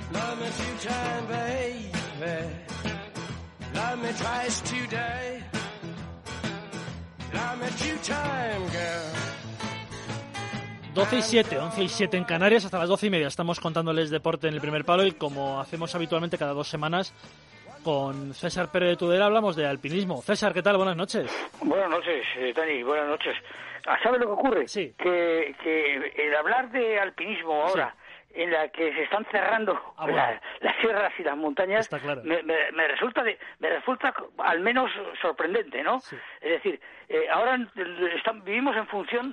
Love me two-time, baby. Love me twice today. Love me two-time, girl. 12 y 7, 11 y 7 en Canarias, hasta las 12 y media. Estamos contándoles deporte en el primer palo y como hacemos habitualmente cada 2 semanas, con César Pérez de Tudela hablamos de alpinismo. César, ¿qué tal? Buenas noches. Buenas noches, Dani, buenas noches. ¿Sabes lo que ocurre? Sí. Que el hablar de alpinismo ahora, sí, en la que se están cerrando las sierras y las montañas, está claro, me resulta al menos sorprendente, ¿no? Sí. Es decir, ahora vivimos en función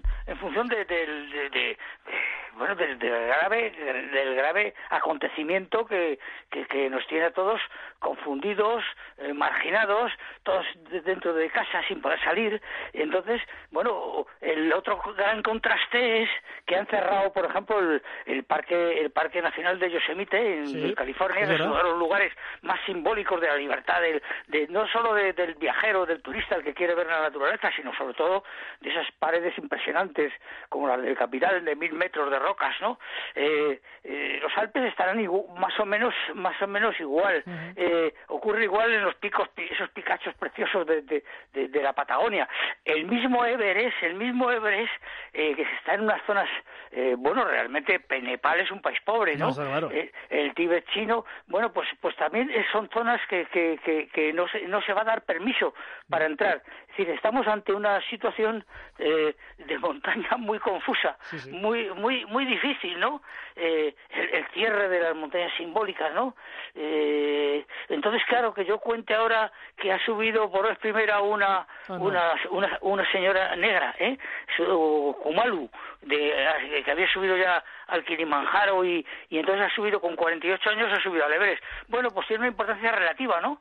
del grave acontecimiento que nos tiene a todos confundidos, marginados, todos dentro de casa sin poder salir. Entonces, bueno, el otro gran contraste es que han cerrado, por ejemplo, el Parque Nacional de Yosemite en California, que es uno de los lugares más simbólicos de la libertad, no solo del viajero, del turista, el que quiere ver la naturaleza, sino sobre todo de esas paredes impresionantes como las del Capital, de 1000 metros de rocas, ¿no? Los Alpes estarán más o menos igual. Ocurre igual en los picos, esos picachos preciosos de la Patagonia. El mismo Everest, que está en unas zonas, realmente Nepal es un país pobre, ¿no? Claro. El Tíbet chino, bueno, pues también son zonas que no se va a dar permiso para entrar. Es decir, estamos ante una situación de montaña muy confusa, sí. muy difícil, ¿no? El cierre de las montañas simbólicas, ¿no? Entonces, claro, que yo cuente ahora que ha subido por vez primera una señora negra, Kumalu, que había subido ya al Kilimanjaro y entonces ha subido con 48 años, ha subido al Everest. Bueno, pues tiene una importancia relativa, ¿no?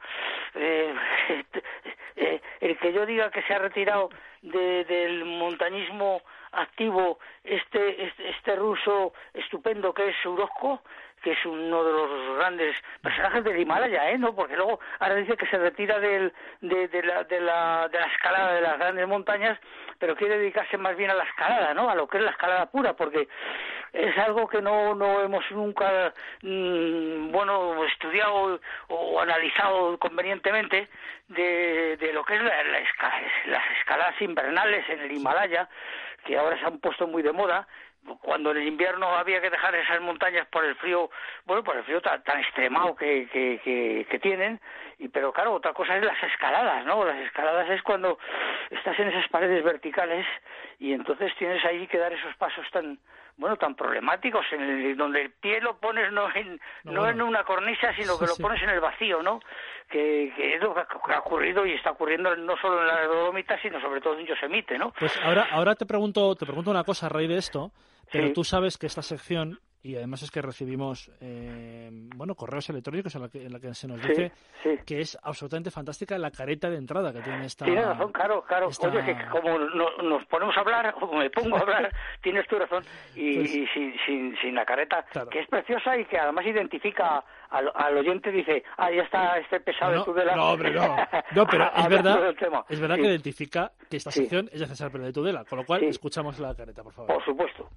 El que yo diga que se ha retirado del montañismo activo este ruso estupendo que es Orozco, que es uno de los grandes personajes del Himalaya, ¿no? Porque luego ahora dice que se retira de la escalada de las grandes montañas, pero quiere dedicarse más bien a la escalada, ¿no? A lo que es la escalada pura, porque es algo que no hemos nunca estudiado o analizado convenientemente de lo que es las escaladas invernales en el Himalaya, que ahora se han puesto muy de moda, cuando en el invierno había que dejar esas montañas por el frío, tan extremado que tienen. Pero claro, otra cosa es las escaladas, ¿no? Las escaladas es cuando estás en esas paredes verticales y entonces tienes ahí que dar esos pasos tan problemáticos, donde el pie lo pones no en una cornisa, sino que lo pones en el vacío, ¿no? Que es lo que ha ocurrido y está ocurriendo no solo en la Dolomitas, sino sobre todo en Yosemite, ¿no? Pues ahora te pregunto una cosa a raíz de esto, pero tú sabes que esta sección, y además es que recibimos correos electrónicos en la que se nos dice que es absolutamente fantástica la careta de entrada que tiene esta... Tienes razón, claro. Oye, que como nos ponemos a hablar, o me pongo a hablar, tienes tu razón, y sin la careta, claro, que es preciosa y que además identifica al oyente, dice, ya está este pesado de Tudela. No, hombre, no, pero es verdad que identifica que esta sección es de César Pérez de Tudela, con lo cual escuchamos la careta, por favor. Por supuesto.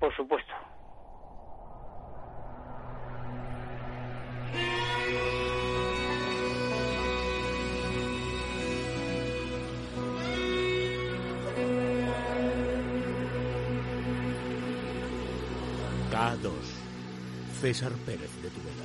K2, César Pérez de Tudela.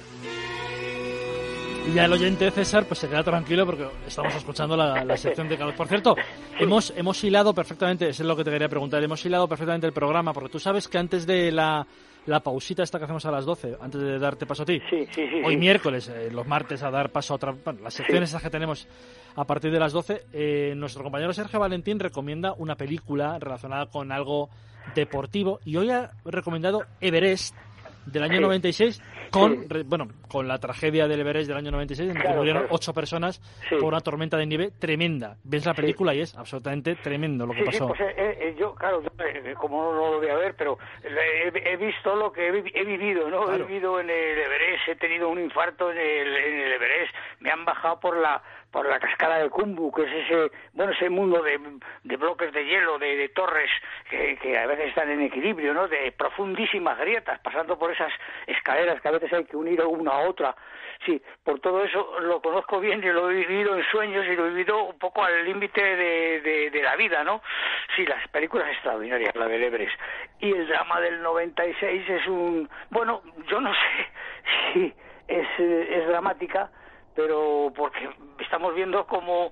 Y ya el oyente César pues se queda tranquilo porque estamos escuchando la sección de K2. Por cierto, hemos hilado perfectamente, eso es lo que te quería preguntar, hemos hilado perfectamente el programa, porque tú sabes que antes de la pausita esta que hacemos a las 12, antes de darte paso a ti, hoy miércoles, los martes a dar paso a otra, las secciones esas que tenemos a partir de las 12, nuestro compañero Sergio Valentín recomienda una película relacionada con algo deportivo y hoy ha recomendado Everest del año 96 con la tragedia del Everest del año 96 en que murieron 8 personas por una tormenta de nieve tremenda. Ves la película y es absolutamente tremendo lo que pasó. Pues yo como no lo voy a ver, pero he visto lo que he vivido, ¿no? Claro. He vivido en el Everest, he tenido un infarto en el Everest, me han bajado por la cascada de Khumbu, que es ese mundo de bloques de hielo, de torres que a veces están en equilibrio, ¿no? De profundísimas grietas, pasando por esas escaleras que a veces hay que unir una a otra. Sí, por todo eso lo conozco bien y lo he vivido en sueños y lo he vivido un poco al límite de la vida, ¿no? Sí, las películas extraordinarias, la del Everest. Y el drama del 96 es bueno, yo no sé si es dramática, pero porque estamos viendo como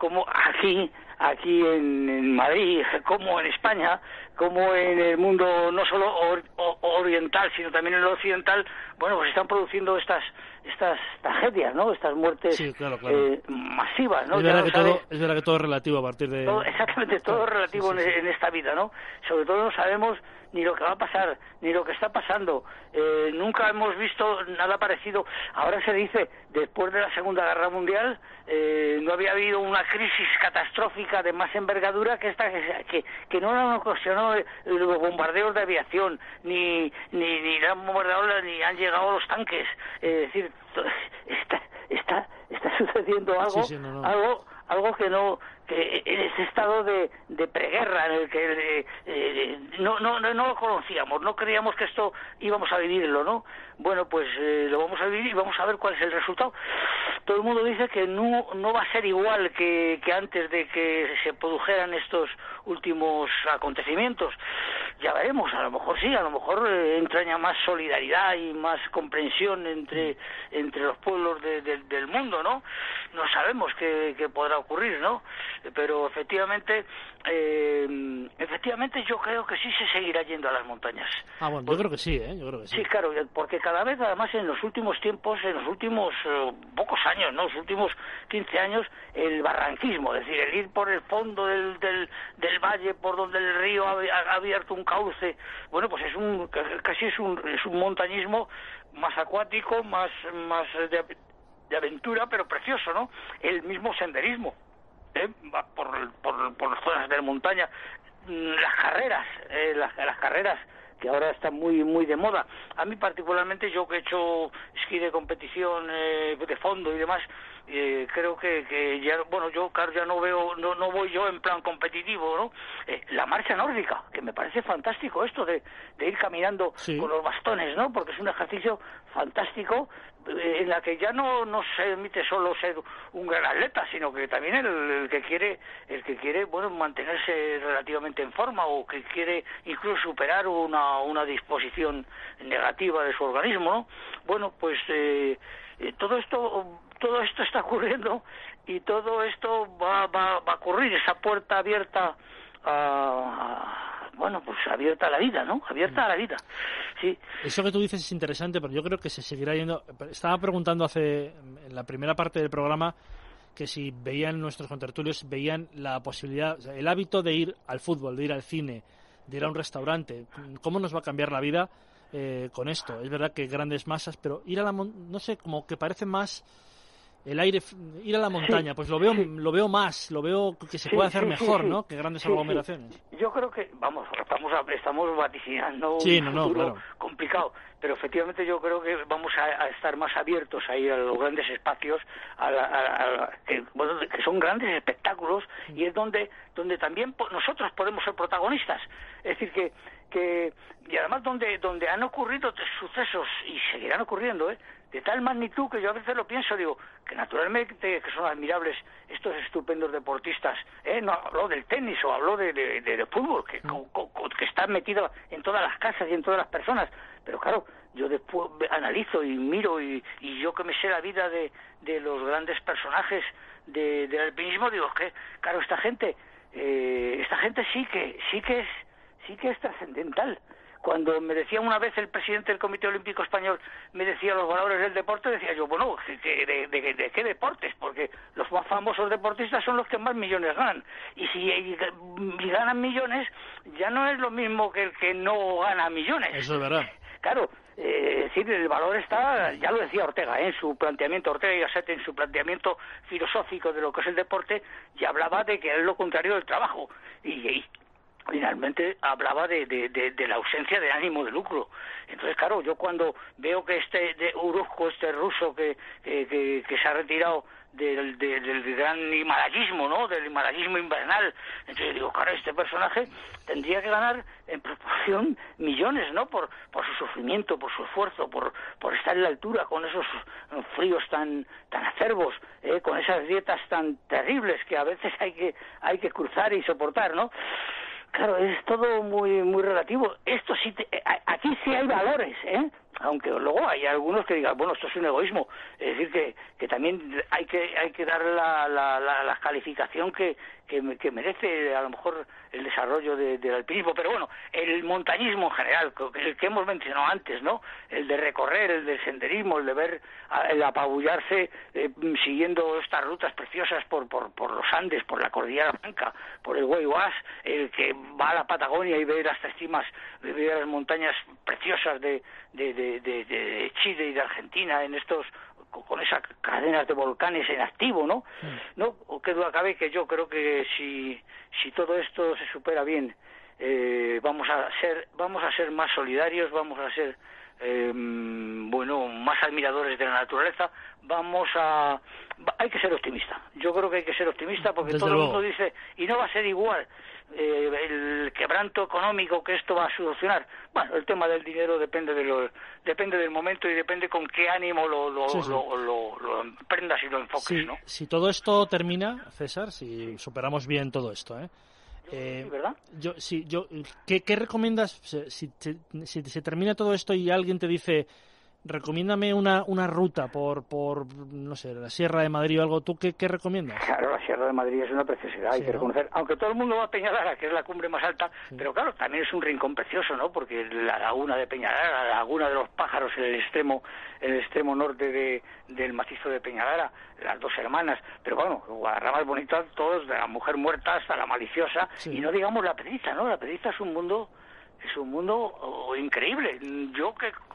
aquí en Madrid, como en España, como en el mundo no solo oriental, sino también en el occidental, bueno, pues están produciendo estas tragedias, ¿no? Estas muertes sí, claro. masivas, ¿no? Es verdad que todo es relativo a partir de... Exactamente, todo es relativo sí. En esta vida, ¿no? Sobre todo no sabemos ni lo que va a pasar, ni lo que está pasando. Nunca hemos visto nada parecido. Ahora se dice, después de la Segunda Guerra Mundial, no había habido una crisis catastrófica de más envergadura que esta, que no la ocasionó los bombardeos de aviación, ni han bombardeado, ni han llegado los tanques. Es decir, está sucediendo algo, algo que no, que en ese estado de preguerra en el que no lo conocíamos, no creíamos que esto íbamos a vivirlo, ¿no? Bueno, pues lo vamos a vivir y vamos a ver cuál es el resultado. Todo el mundo dice que no va a ser igual que antes de que se produjeran estos últimos acontecimientos. Ya veremos, a lo mejor sí, a lo mejor entraña más solidaridad y más comprensión entre los pueblos del mundo, ¿no? No sabemos qué podrá ocurrir, ¿no? Pero efectivamente yo creo que sí se seguirá yendo a las montañas. Bueno, yo creo que sí, Sí, claro, porque cada vez, además, en los últimos tiempos, en los últimos pocos años, ¿no? Los últimos 15 años, el barranquismo, es decir, el ir por el fondo del valle, por donde el río ha abierto un cauce, bueno, pues casi es un montañismo más acuático, más de aventura, pero precioso, ¿no? El mismo senderismo, por las zonas de montaña, las carreras que ahora están muy de moda. A mí particularmente, yo que he hecho esquí de competición de fondo y demás, creo que ya, bueno, yo claro, ya no voy yo en plan competitivo, ¿no? La marcha nórdica, que me parece fantástico esto de ir caminando con los bastones, ¿no? Porque es un ejercicio fantástico en la que ya no se permite solo ser un gran atleta, sino que también el que quiere bueno, mantenerse relativamente en forma, o que quiere incluso superar una disposición negativa de su organismo, ¿no? Bueno, pues todo esto está ocurriendo, y todo esto va a ocurrir, esa puerta abierta abierta a la vida, ¿no? Abierta a la vida, sí. Eso que tú dices es interesante, pero yo creo que se seguirá yendo. Estaba preguntando en la primera parte del programa, que si veían nuestros contertulios, veían la posibilidad, o sea, el hábito de ir al fútbol, de ir al cine, de ir a un restaurante, cómo nos va a cambiar la vida con esto. Es verdad que grandes masas, pero ir a no sé, como que parece más el aire, ir a la montaña, pues lo veo más, lo veo que se puede hacer mejor, ¿no? Que grandes aglomeraciones. Yo creo que, estamos vaticinando un futuro complicado, pero efectivamente yo creo que vamos a estar más abiertos a ir a los grandes espacios, que son grandes espectáculos, y es donde también nosotros podemos ser protagonistas. Es decir, y además donde han ocurrido sucesos, y seguirán ocurriendo, de tal magnitud que yo a veces lo pienso, digo, que naturalmente que son admirables estos estupendos deportistas, no hablo del tenis o hablo de fútbol, que está metido en todas las casas y en todas las personas, pero claro, yo después analizo y miro, y yo que me sé la vida de los grandes personajes del alpinismo, digo, que claro, esta gente sí que es trascendental. Cuando me decía una vez el presidente del Comité Olímpico Español, me decía los valores del deporte, decía yo, bueno, ¿de qué deportes? Porque los más famosos deportistas son los que más millones ganan. Y si ganan millones, ya no es lo mismo que el que no gana millones. Eso es verdad. Claro, es decir, el valor está, ya lo decía Ortega, en su planteamiento, Ortega y Gasset, en su planteamiento filosófico de lo que es el deporte, ya hablaba de que es lo contrario del trabajo. Y finalmente hablaba de la ausencia de ánimo de lucro. Entonces, claro, yo cuando veo que este ruso que se ha retirado del gran himalayismo, ¿no?, del himalayismo invernal, entonces digo, claro, este personaje tendría que ganar en proporción millones, ¿no?, por su sufrimiento, por su esfuerzo, por estar en la altura con esos fríos tan acerbos, con esas dietas tan terribles que a veces hay que cruzar y soportar, ¿no? Claro, es todo muy muy relativo. Esto sí, aquí sí hay valores, aunque luego hay algunos que digan, bueno, esto es un egoísmo. Es decir, que también hay que darle la calificación que merece a lo mejor el desarrollo del alpinismo. Pero bueno, el montañismo en general, el que hemos mencionado antes, ¿no?, el de recorrer, el del senderismo, el de ver, el apabullarse siguiendo estas rutas preciosas por los Andes, por la Cordillera Blanca, por el Guayuas, el que va a la Patagonia y ve las cimas, ve las montañas preciosas de Chile y de Argentina en estos, con esas cadenas de volcanes en activo, ¿no? No, o qué duda cabe que yo creo que si todo esto se supera bien, vamos a ser más solidarios, vamos a ser más admiradores de la naturaleza, hay que ser optimista. Yo creo que hay que ser optimista porque todo el mundo dice, y no va a ser igual el quebranto económico que esto va a solucionar. Bueno, el tema del dinero depende del momento y depende con qué ánimo lo emprendas y lo enfoques, sí, ¿no? Si todo esto termina, César, si superamos bien todo esto, ¿verdad? ¿Qué recomiendas si se termina todo esto y alguien te dice, recomiéndame una ruta por no sé, la Sierra de Madrid o algo, ¿tú qué recomiendas? Claro, la Sierra de Madrid es una preciosidad, hay que reconocer, aunque todo el mundo va a Peñalara, que es la cumbre más alta, pero claro, también es un rincón precioso, ¿no?, porque la laguna de Peñalara, la laguna de los pájaros en el extremo norte del macizo de Peñalara, las Dos Hermanas, pero bueno, Guadarrama es bonito a todos, de la mujer muerta hasta la maliciosa, y no digamos la Pedriza, ¿no? La Pedriza es un mundo increíble. Yo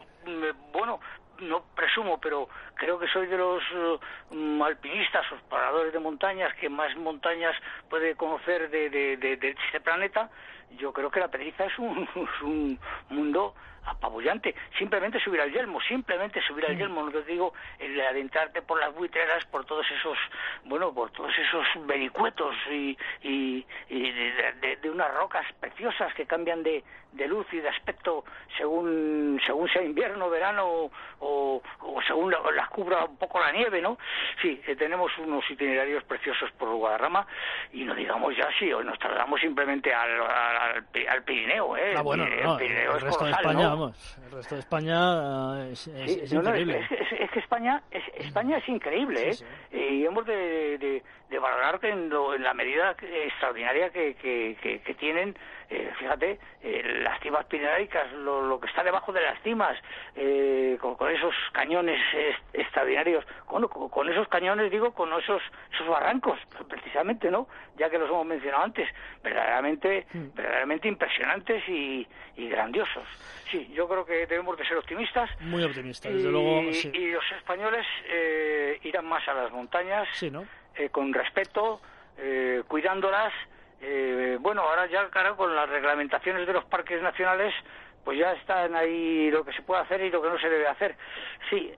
no presumo, pero creo que soy de los alpinistas o exploradores de montañas que más montañas puede conocer de este planeta. Yo creo que la Pedriza es un mundo apabullante. Simplemente subir al Yelmo, no te digo el adentrarte por las buitreras, por todos esos vericuetos y de unas rocas preciosas que cambian de luz y de aspecto según sea invierno, verano o según las cubra un poco la nieve, ¿no? Sí, tenemos unos itinerarios preciosos por Guadarrama y no digamos ya si hoy nos trasladamos simplemente al Pirineo, el Pirineo el resto colosal, de España, ¿no? Vamos, el resto de España es increíble. Es que España es increíble, sí. Y hemos de valorar que en la medida extraordinaria que tienen, fíjate, las cimas pirenaicas, lo que está debajo de las cimas, con esos cañones extraordinarios, con esos cañones, digo, con esos barrancos, precisamente, ¿no?, ya que los hemos mencionado antes, verdaderamente impresionantes y grandiosos. Sí, yo creo que debemos de ser optimistas. Muy optimistas, desde luego. Sí. Y los españoles irán más a las montañas, sí, ¿no?, con respeto, cuidándolas. Ahora ya, claro, con las reglamentaciones de los parques nacionales, pues ya están ahí lo que se puede hacer y lo que no se debe hacer. Sí,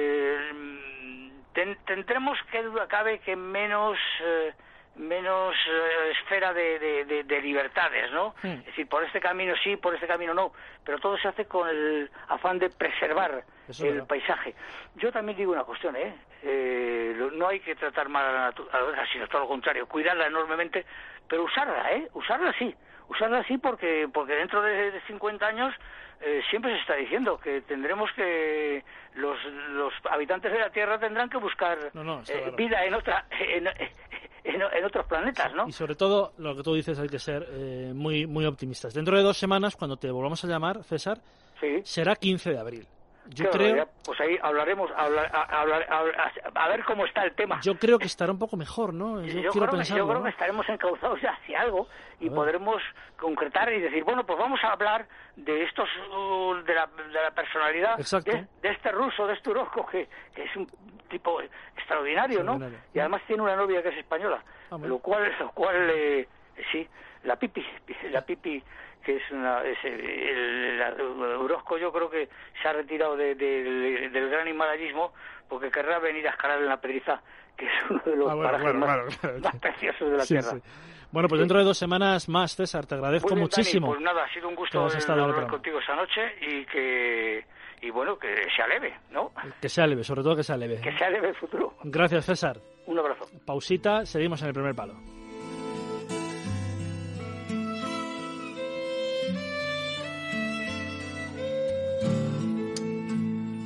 tendremos, que duda cabe, que menos esfera de libertades, ¿no? Es decir, por este camino sí, por este camino no, pero todo se hace con el afán de preservar el paisaje. Yo también digo una cuestión, no hay que tratar mal a la naturaleza, sino todo lo contrario, cuidarla enormemente, pero usarla sí, porque dentro de 50 años siempre se está diciendo que tendremos que los habitantes de la Tierra tendrán que buscar vida en otros planetas, ¿no? Y sobre todo, lo que tú dices, hay que ser muy muy optimistas. Dentro de 2 semanas, cuando te volvamos a llamar, César, será 15 de abril. Yo creo... Pues ahí hablaremos, a ver cómo está el tema. Yo creo que estará un poco mejor, ¿no? Yo creo que estaremos encauzados hacia algo y podremos concretar y decir, bueno, pues vamos a hablar de estos, de la personalidad de este ruso, de este Orozco, que es un tipo extraordinario, ¿no? Y además tiene una novia que es española, lo cual sí, la pipi, que es Orozco, yo creo que se ha retirado del gran himalayismo porque querrá venir a escalar en la Pedriza, que es uno de los parajes más preciosos de la tierra. Sí. Bueno, pues dentro de 2 semanas más, César, te agradezco muchísimo. Dani, pues nada, ha sido un gusto hablar contigo esta noche y bueno, que sea leve, ¿no? Que sea leve, sobre todo que sea leve. Que sea leve el futuro. Gracias, César. Un abrazo. Pausita, seguimos en El Primer Palo.